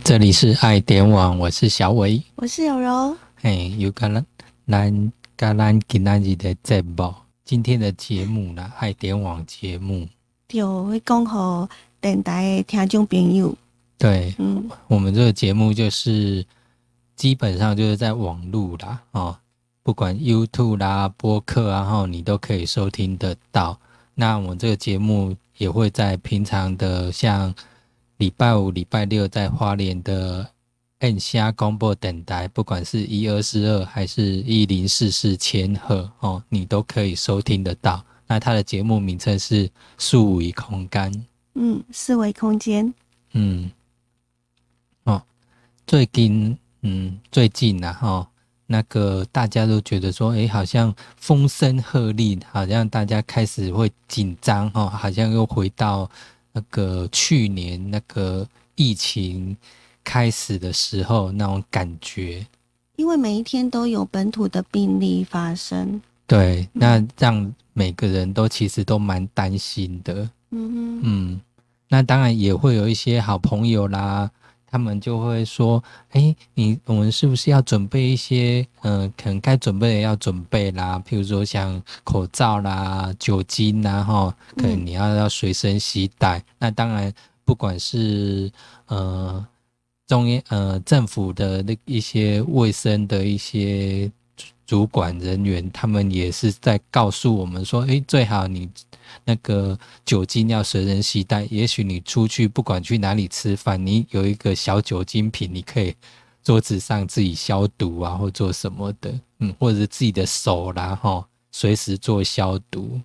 这里是爱点网，我是小伟， 我是有柔。 又跟咱今仔日的节目，今天的节目啦，爱点网节目， 就会讲给电台的听众朋友。 对，我们这个节目就是基本上就是在网路啦，不管 YouTube 啦、播客啊，你都可以收听得到。那我们这个节目也会在平常的像礼拜五、礼拜六在花莲的按虾广播电台，不管是1242还是1044千赫你都可以收听得到。那它的节目名称是数维空间， 四维空间。 最近那个大家都觉得说，好像风声鹤唳，好像大家开始会紧张好像又回到那个去年那个疫情开始的时候那种感觉。 因为每一天都有本土的病例发生， 对，那让每个人都其实都蛮担心的。那当然也会有一些好朋友啦，他们就会说，我们是不是要准备一些可能该准备的要准备啦，譬如说像口罩啦、酒精啦可能你要随身携带。那当然不管是政府的那一些卫生的一些主管人员，他们也是在告诉我们说，最好你那个酒精要随身携带，也许你出去不管去哪里吃饭，你有一个小酒精瓶，你可以桌子上自己消毒啊，或做什么的，或者是自己的手啦随时做消毒。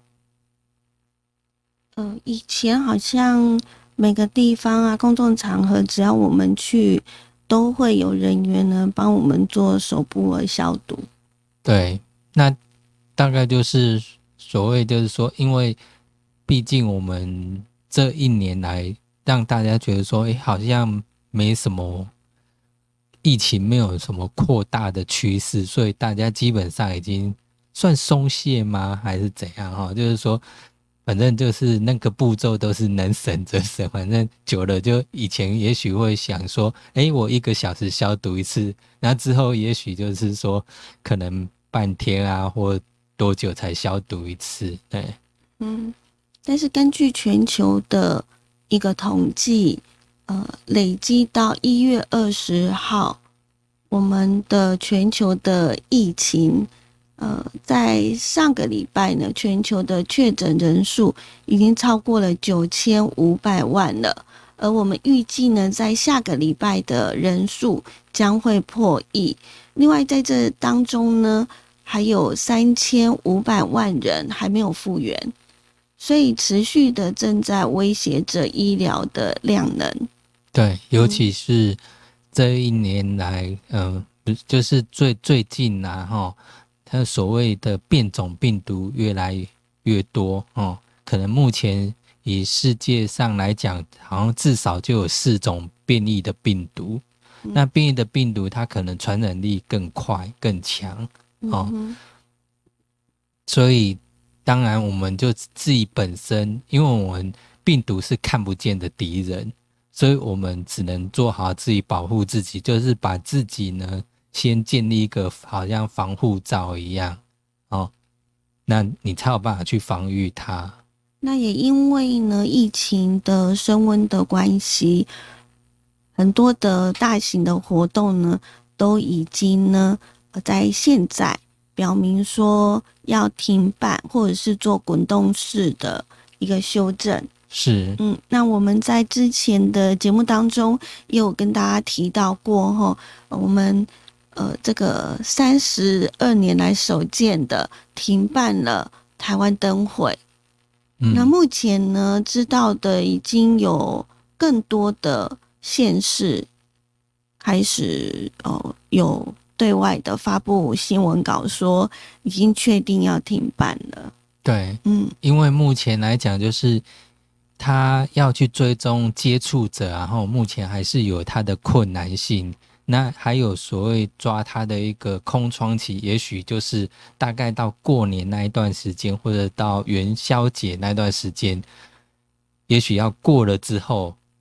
以前好像每个地方啊，公众场合，只要我们去，都会有人员呢帮我们做手部的消毒。 对，那大概就是所谓就是说，因为毕竟我们这一年来让大家觉得说，好像没什么疫情，没有什么扩大的趋势，所以大家基本上已经算松懈吗？还是怎样就是说，反正就是那个步骤都是能省则省，反正久了就以前也许会想说，我1个小时消毒一次，那之后也许就是说可能半天啊或多久才消毒一次。对， 但是根据全球的一个统计，累积到1月20号，我们的全球的疫情，在上个礼拜呢，全球的确诊人数已经超过了9500万了，而我们预计呢，在下个礼拜的人数将会破亿。另外，在这当中呢，还有3500万人还没有复原。所以持续的正在威胁着医疗的量能。 对，尤其是这一年来，就是最近它所谓的变种病毒越来越多可能目前以世界上来讲，好像至少就有4种变异的病毒。那变异的病毒它可能传染力更快更强所以当然我们就自己本身，因为我们病毒是看不见的敌人，所以我们只能做好自己保护自己，就是把自己呢先建立一个好像防护罩一样那你才有办法去防御它。 那也因为呢疫情的升温的关系，很多的大型的活动呢都已经呢在现在表明说要停办，或者是做滚动式的一个修正。 是， 那我们在之前的节目当中也有跟大家提到过我们这个32年来首见的停办了台湾灯会。那目前呢，知道的已经有更多的县市开始有对外的发布新闻稿说已经确定要停办了。 对，因为目前来讲就是他要去追踪接触者，然后目前还是有他的困难性。那还有所谓抓他的一个空窗期，也许就是大概到过年那一段时间，或者到元宵节那段时间，也许要过了之后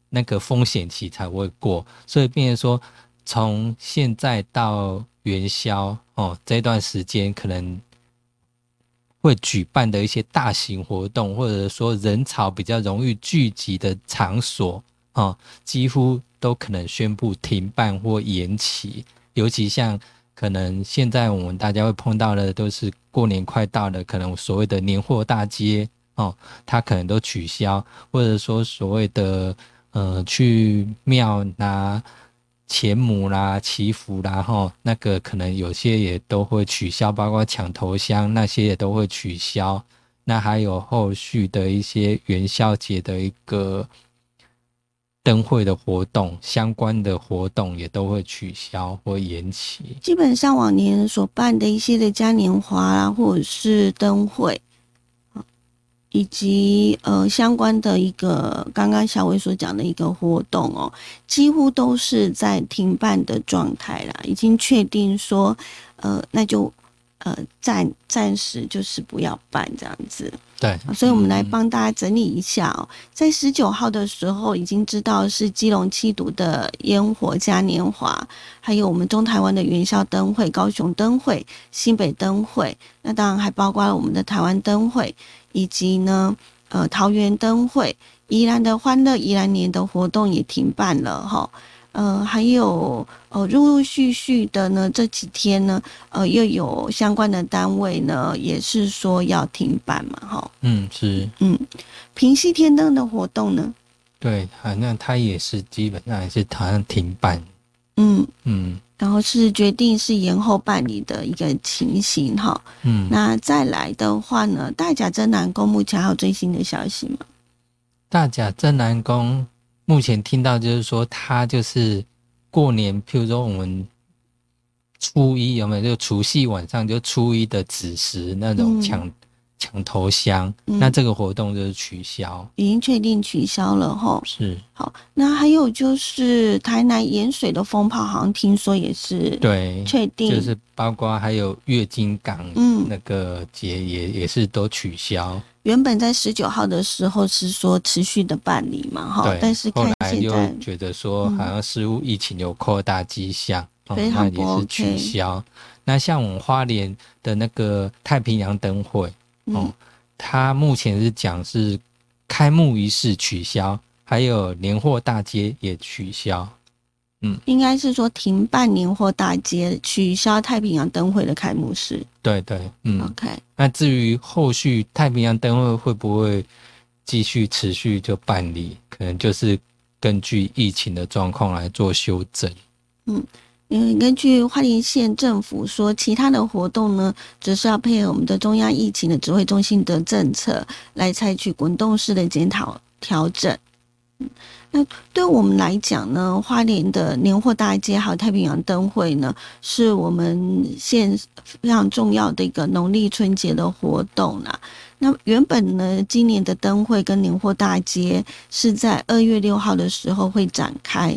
那个风险期才会过，所以变成说从现在到元宵这段时间可能会举办的一些大型活动，或者说人潮比较容易聚集的场所几乎都可能宣布停办或延期。尤其像可能现在我们大家会碰到的都是过年快到了，可能所谓的年货大街它可能都取消，或者说所谓的去庙拿钱母啦、祈福啦那个可能有些也都会取消，包括抢头香那些也都会取消。那还有后续的一些元宵节的一个灯会的活动，相关的活动也都会取消或延期。 基本上往年所办的一些的嘉年华啊，或者是灯会，以及相关的一个刚刚小伟所讲的一个活动几乎都是在停办的状态啦，已经确定说那就暂时就是不要办这样子。 对， 所以我们来帮大家整理一下在19号的时候已经知道是基隆七堵的烟火嘉年华，还有我们中台湾的元宵灯会、高雄灯会、新北灯会，那当然还包括了我们的台湾灯会，以及呢桃园灯会，宜兰的欢乐宜兰年的活动也停办了还有陆陆续续的呢，这几天呢，又有相关的单位呢，也是说要停办嘛， 是， 平溪天灯的活动呢， 对，好像它也是基本上也是好像停办， 然后是决定是延后办理的一个情形那再来的话呢，大甲镇南宫目前还有最新的消息吗？ 大甲镇南宫目前听到就是说，它就是过年，譬如说我们初一有没有就除夕晚上就初一的子时那种抢头香，那这个活动就是取消， 已经确定取消了是。 好，那还有就是台南盐水的风炮，好像听说也是对确定， 就是包括还有月经港那个节也是都取消。 原本在19号的时候是说持续的办理嘛但是看现在后来又觉得说好像似乎疫情有扩大迹象， 非常不 OK， 那也是取消。那像我们花莲的那个太平洋灯会它目前是讲是开幕仪式取消，还有年货大街也取消。 应该是说停办年货大街，取消太平洋灯会的开幕式。 对对 ，OK。 那至于后续太平洋灯会会不会继续持续就办理，可能就是根据疫情的状况来做修正。 根据花莲县政府说，其他的活动呢，只是要配合我们的中央疫情的指挥中心的政策来采取滚动式的检讨调整。那对我们来讲呢，花莲的年货大街还有太平洋灯会呢，是我们县非常重要的一个农历春节的活动啦。那原本呢，今年的灯会跟年货大街是在2月6号的时候会展开。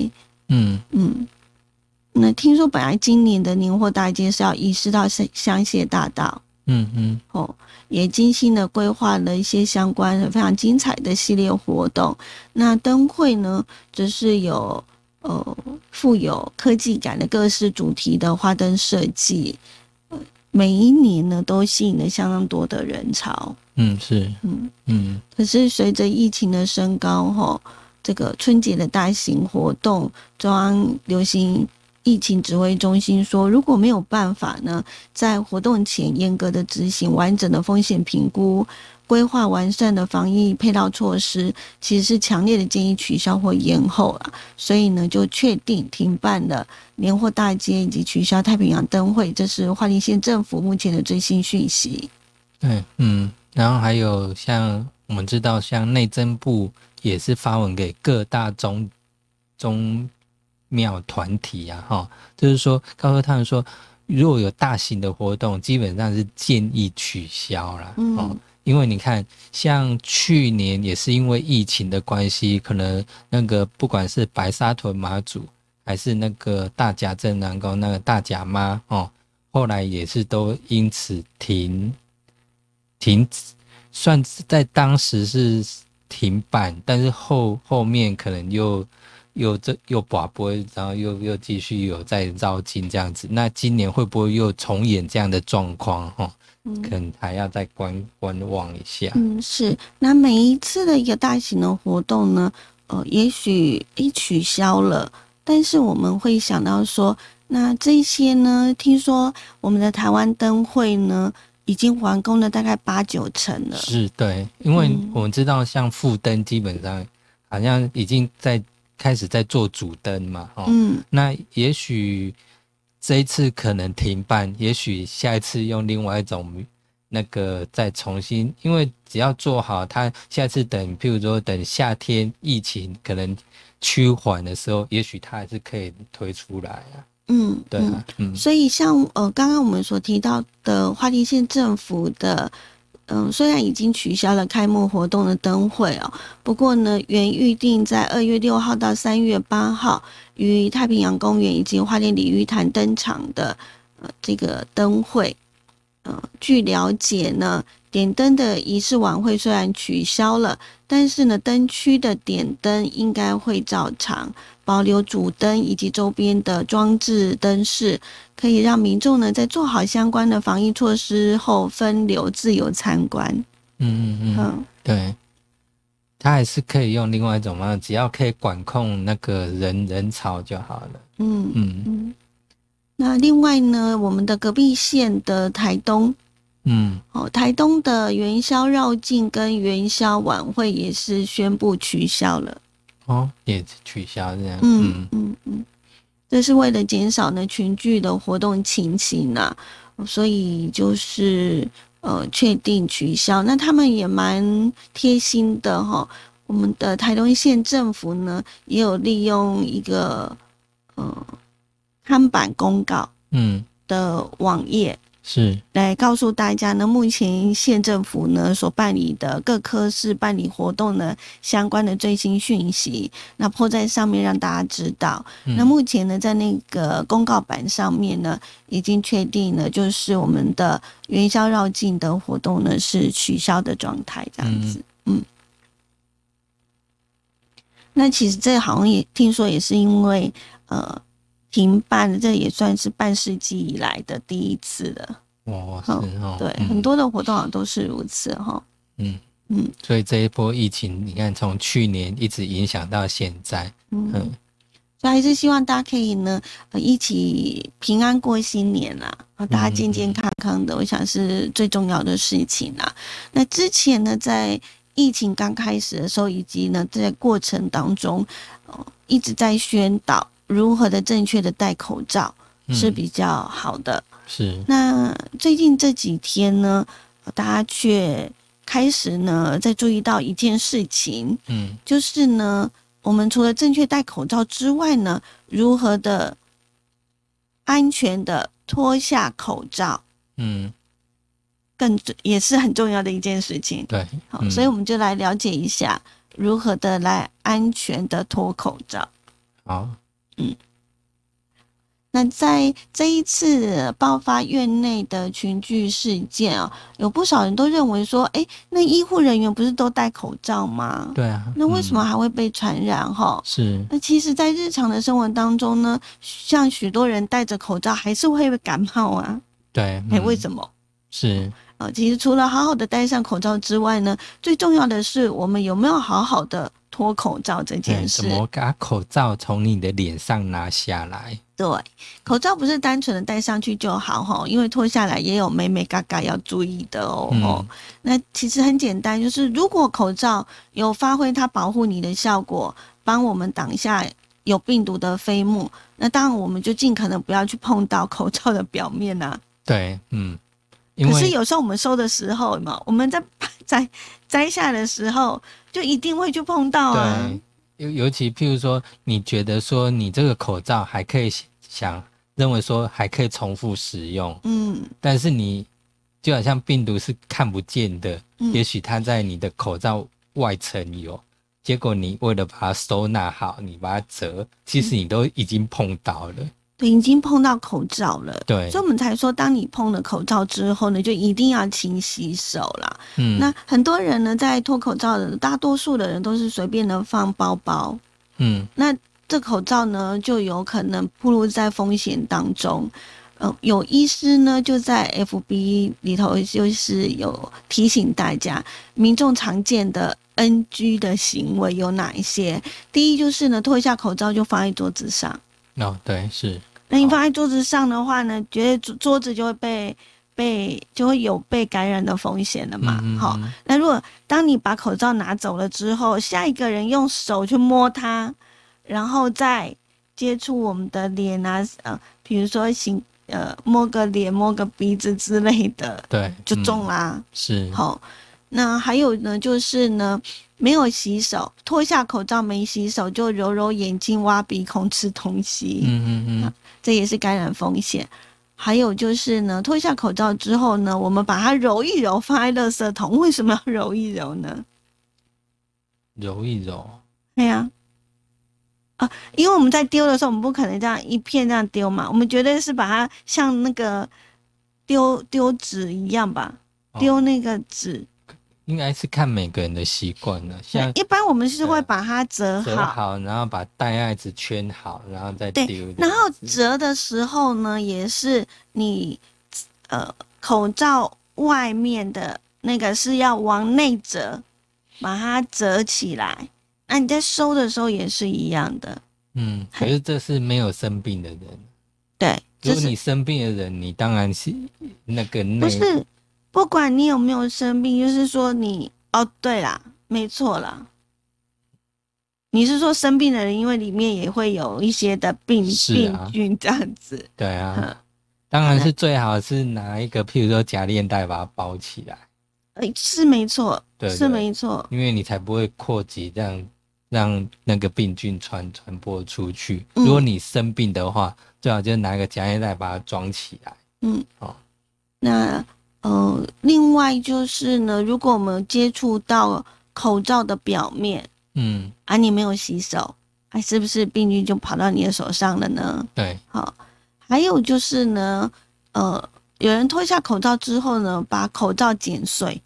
那听说本来今年的年货大街是要移师到香榭大道。也精心的规划了一些相关的非常精彩的系列活动。那灯会呢，则是有富有科技感的各式主题的花灯设计，每一年呢都吸引了相当多的人潮。可是随着疫情的升高这个春节的大型活动，中央流行疫情指挥中心说，如果没有办法呢，在活动前严格的执行完整的风险评估，规划完善的防疫配套措施，其实是强烈的建议取消或延后啦。所以呢，就确定停办了年货大街以及取消太平洋灯会，这是花莲县政府目前的最新讯息。 对，然后还有像我们知道，像内政部也是发文给各大宗庙团体就是说告诉他们说，如果有大型的活动，基本上是建议取消啦。因为你看，像去年也是因为疫情的关系，可能那个不管是白沙屯妈祖，还是那个大甲镇南宫那个大甲妈后来也是都因此停止，算在当时是停办，但是后面可能又拔播，然后又继续有在绕境这样子。那今年会不会又重演这样的状况？可能还要再观望一下。 是。那每一次的一个大型的活动呢，也许取消了，但是我们会想到说，那这些呢，听说我们的台湾灯会呢，已经完工了大概8-9成了。 是，对，因为我们知道像副灯基本上好像已经开始在做主灯嘛，那也许这一次可能停办，也许下一次用另外一种那个再重新，因为只要做好，它下次譬如说等夏天疫情可能趋缓的时候，也许它还是可以推出来啊。对啊， 所以像刚刚我们所提到的花莲县政府的。虽然已经取消了开幕活动的灯会不过呢，原预定在2月6号到3月8号于太平洋公园以及花莲鲤鱼潭登场的这个灯会，据了解呢，点灯的仪式晚会虽然取消了，但是呢，灯区的点灯应该会照常，保留主灯以及周边的装置灯饰，可以让民众呢在做好相关的防疫措施后分流自由参观。 对，它还是可以用另外一种方式，只要可以管控那个人潮就好了。 那另外呢，我们的隔壁县的台东，台东的元宵绕境跟元宵晚会也是宣布取消了。 也取消这样。 这是为了减少呢群聚的活动情形所以就是确定取消。那他们也蛮贴心的我们的台东县政府呢也有利用一个看板公告的网页， 是来告诉大家呢，目前县政府呢所办理的各科室办理活动呢相关的最新讯息，那po在上面让大家知道。那目前呢，在那个公告板上面呢，已经确定了，就是我们的元宵绕境的活动呢是取消的状态，这样子。那其实这好像也听说也是因为停办，这也算是半世纪以来的第一次了。对，很多的活动好像都是如此所以这一波疫情，你看从去年一直影响到现在， 所以还是希望大家可以呢一起平安过新年大家健健康康的，我想是最重要的事情那之前呢，在疫情刚开始的时候，以及呢在过程当中一直在宣导如何的正确的戴口罩是比较好的。 是。 那最近这几天呢，大家却开始呢在注意到一件事情，就是呢，我们除了正确戴口罩之外呢，如何的安全的脱下口罩，也是很重要的一件事情。 对， 好，所以我们就来了解一下如何的来安全的脱口罩。 好， 那在这一次爆发院内的群聚事件有不少人都认为说，那医护人员不是都戴口罩吗？ 对啊， 那为什么还会被传染是。 那其实在日常的生活当中呢，像许多人戴着口罩还是会感冒对， 为什么？ 是其实除了好好的戴上口罩之外呢，最重要的是我们有没有好好的脱口罩这件事。 怎么把口罩从你的脸上拿下来？ 对，口罩不是单纯的戴上去就好因为脱下来也有眉眉嘎嘎要注意的那其实很简单，就是如果口罩有发挥它保护你的效果，帮我们挡下有病毒的飞沫，那当然我们就尽可能不要去碰到口罩的表面对， 可是有时候我们收的时候我们在摘下的时候就一定会去碰到对，尤其譬如说你觉得说你这个口罩还可以认为说还可以重复使用但是你就好像病毒是看不见的也许它在你的口罩外层有，结果你为了把它收纳好，你把它折，其实你都已经碰到了。 对，已经碰到口罩了， 对， 所以我们才说，当你碰了口罩之后呢，就一定要勤洗手啦。 嗯， 那很多人呢，在脱口罩的，大多数的人都是随便的放包包， 嗯， 那这口罩呢，就有可能暴露在风险当中。有医师呢就在 FB 里头就是有提醒大家，民众常见的 NG 的行为有哪一些？第一就是呢，脱下口罩就放在桌子上。 哦，对，是。 那你放在桌子上的话呢，觉得桌子就会就会有被感染的风险了嘛。好，那如果当你把口罩拿走了之后，下一个人用手去摸它，然后再接触我们的脸啊，比如说摸个脸、摸个鼻子之类的， 对， 就中啦。 是。 好，那还有呢，就是呢，没有洗手，脱下口罩没洗手，就揉揉眼睛、挖鼻孔、吃东西，这也是感染风险。还有就是呢，脱下口罩之后呢，我们把它揉一揉，放在垃圾桶。为什么要揉一揉呢？ 揉一揉。 对呀。因为我们在丢的时候，我们不可能这样一片这样丢嘛，我们绝对是把它像那个丢纸一样吧，丢那个纸。 应该是看每个人的习惯了，像一般我们是会把它折好，然后把带盖子圈好，然后再丢。 对，然后折的时候呢，也是你口罩外面的那个是要往内折，把它折起来。那你在收的时候也是一样的。 可是这是没有生病的人。 对， 如果你生病的人，你当然是那个不是，不管你有没有生病，就是说对啦，没错啦。你是说生病的人，因为里面也会有一些的病菌这样子。 对啊，当然是最好是拿一个，譬如说夹链袋把它包起来。 是没错， 对， 是没错， 因为你才不会扩及让那个病菌传播出去。如果你生病的话，最好就拿一个夹链袋把它装起来。 那另外就是呢，如果我们接触到口罩的表面，你没有洗手，是不是病菌就跑到你的手上了呢？ 对， 好，还有就是呢，有人脱下口罩之后呢，把口罩剪碎，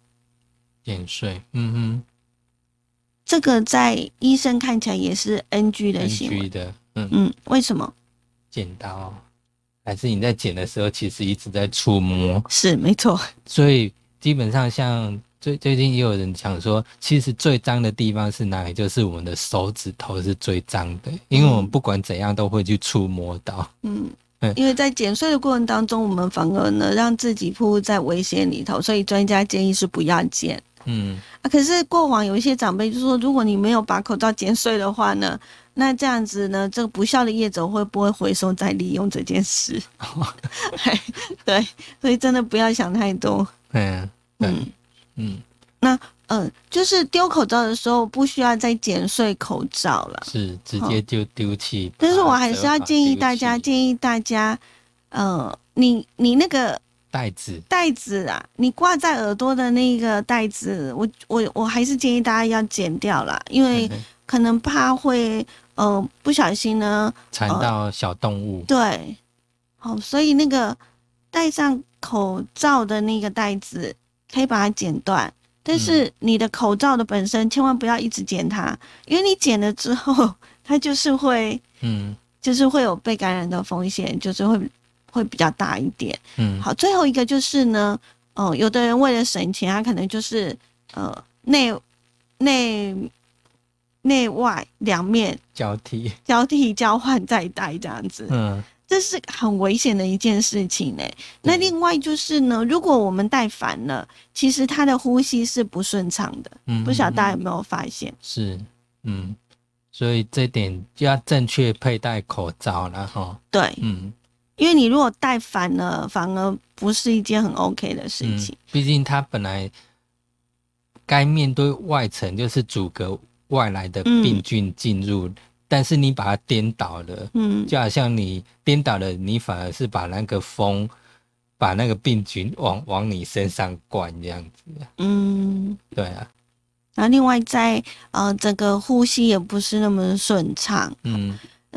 这个在医生看起来也是 NG 的行为。 NG 的。 为什么？ 剪刀还是你在剪的时候其实一直在触摸。 是没错。 所以基本上像最近也有人讲说，其实最脏的地方是哪里？就是我们的手指头是最脏的，因为我们不管怎样都会去触摸到。 因为在剪碎的过程当中，我们反而呢让自己暴露在危险里头，所以专家建议是不要剪。可是过往有一些长辈就说，如果你没有把口罩剪碎的话呢，那这样子呢，这个不孝的业者会不会回收再利用这件事？对，所以真的不要想太多。那就是丢口罩的时候不需要再剪碎口罩了， 是直接就丢弃。 但是我还是要建议大家，你那个袋子啊，你挂在耳朵的那个袋子，我还是建议大家要剪掉啦，因为可能怕会不小心呢缠到小动物。 对，所以那个戴上口罩的那个袋子可以把它剪断，但是你的口罩的本身千万不要一直剪它，因为你剪了之后，它就是会有被感染的风险，就是会比较大一点。好，最后一个就是呢，有的人为了省钱，他可能就是内外两面交替交换再戴这样子。这是很危险的一件事情呢。那另外就是呢，如果我们戴反了，其实他的呼吸是不顺畅的。不晓得大家有没有发现？ 是，所以这点就要正确佩戴口罩了哈。 对，因为你如果戴反了，反而不是一件很 OK 的事情。 毕竟它本来该面对外层，就是阻隔外来的病菌进入。但是你把它颠倒了，就好像你颠倒了，你反而是把那个风，把那个病菌往你身上灌这样子。对啊。 然后另外在整个呼吸也不是那么顺畅。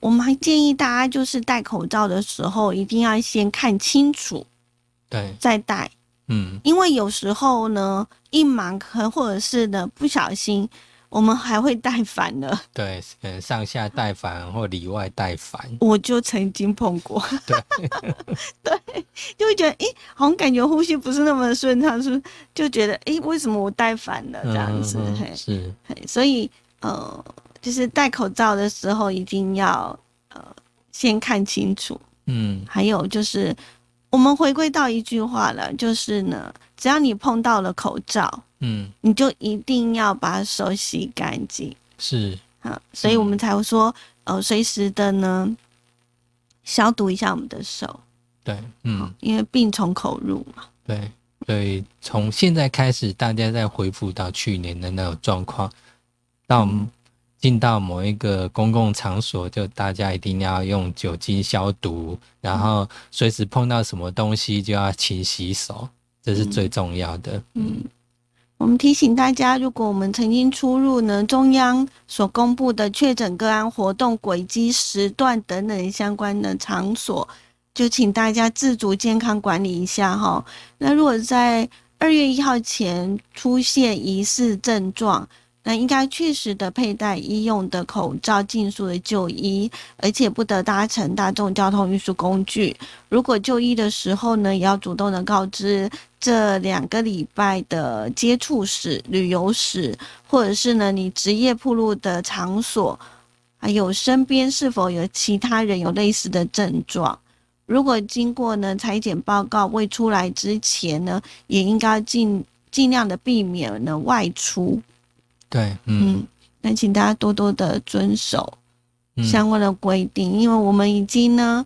我们还建议大家就是戴口罩的时候，一定要先看清楚， 对， 再戴。因为有时候呢，一忙或者是呢不小心，我们还会戴反了。 对，可能上下戴反或里外戴反。 我就曾经碰过， 对， 对，就会觉得好像感觉呼吸不是那么顺畅，是不是就觉得为什么我戴反了这样子？ 是， 所以就是戴口罩的时候一定要先看清楚。还有就是我们回归到一句话了，就是呢，只要你碰到了口罩，你就一定要把手洗干净。 是， 所以我们才会说，随时的呢消毒一下我们的手。 对， 因为病从口入嘛。 对，所以从现在开始，大家再恢复到去年的那种状况，到进到某一个公共场所，就大家一定要用酒精消毒，然后随时碰到什么东西就要勤洗手，这是最重要的。 我们提醒大家，如果我们曾经出入呢中央所公布的确诊个案活动轨迹、时段等等相关的场所，就请大家自主健康管理一下哈。那如果在2月1号前出现疑似症状，那应该确实的佩戴医用的口罩，尽速的就医，而且不得搭乘大众交通运输工具。如果就医的时候呢，也要主动的告知这2个礼拜的接触史、旅游史，或者是呢你职业暴露的场所，还有身边是否有其他人有类似的症状。如果经过呢采检报告未出来之前呢，也应该尽量的避免呢外出。 对， 那请大家多多的遵守相关的规定，因为我们已经呢，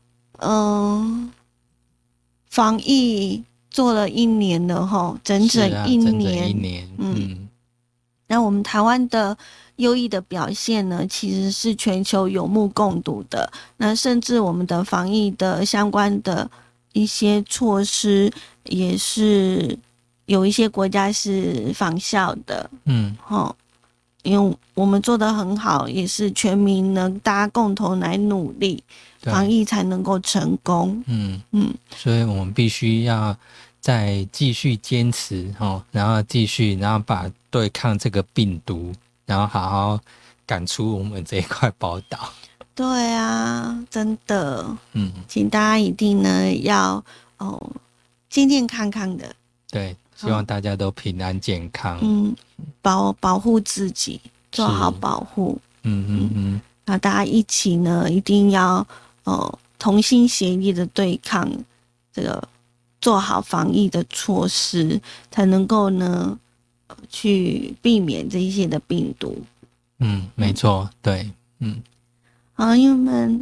防疫做了1年了齁，整整1年，那我们台湾的优异的表现呢，其实是全球有目共睹的。那甚至我们的防疫的相关的一些措施，也是有一些国家是仿效的。因为我们做得很好，也是全民呢大家共同来努力，防疫才能够成功。 所以我们必须要再继续坚持，然后把对抗这个病毒，然后好好赶出我们这一块宝岛。 对啊，真的。请大家一定呢要健健康康的。 对，希望大家都平安健康。 保护自己，做好保护。那大家一起呢，一定要同心协力的对抗这个，做好防疫的措施，才能够呢去避免这一些的病毒。 没错，对， 好，朋友们，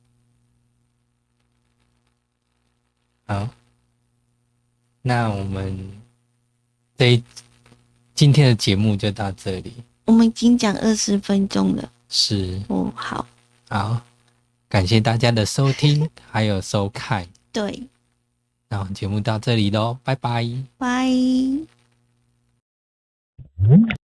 好，那我们今天的节目就到这里。 我们已经讲20分钟了。 是好， 感谢大家的收听还有收看。 对， 那我们节目到这里咯，拜拜。 拜。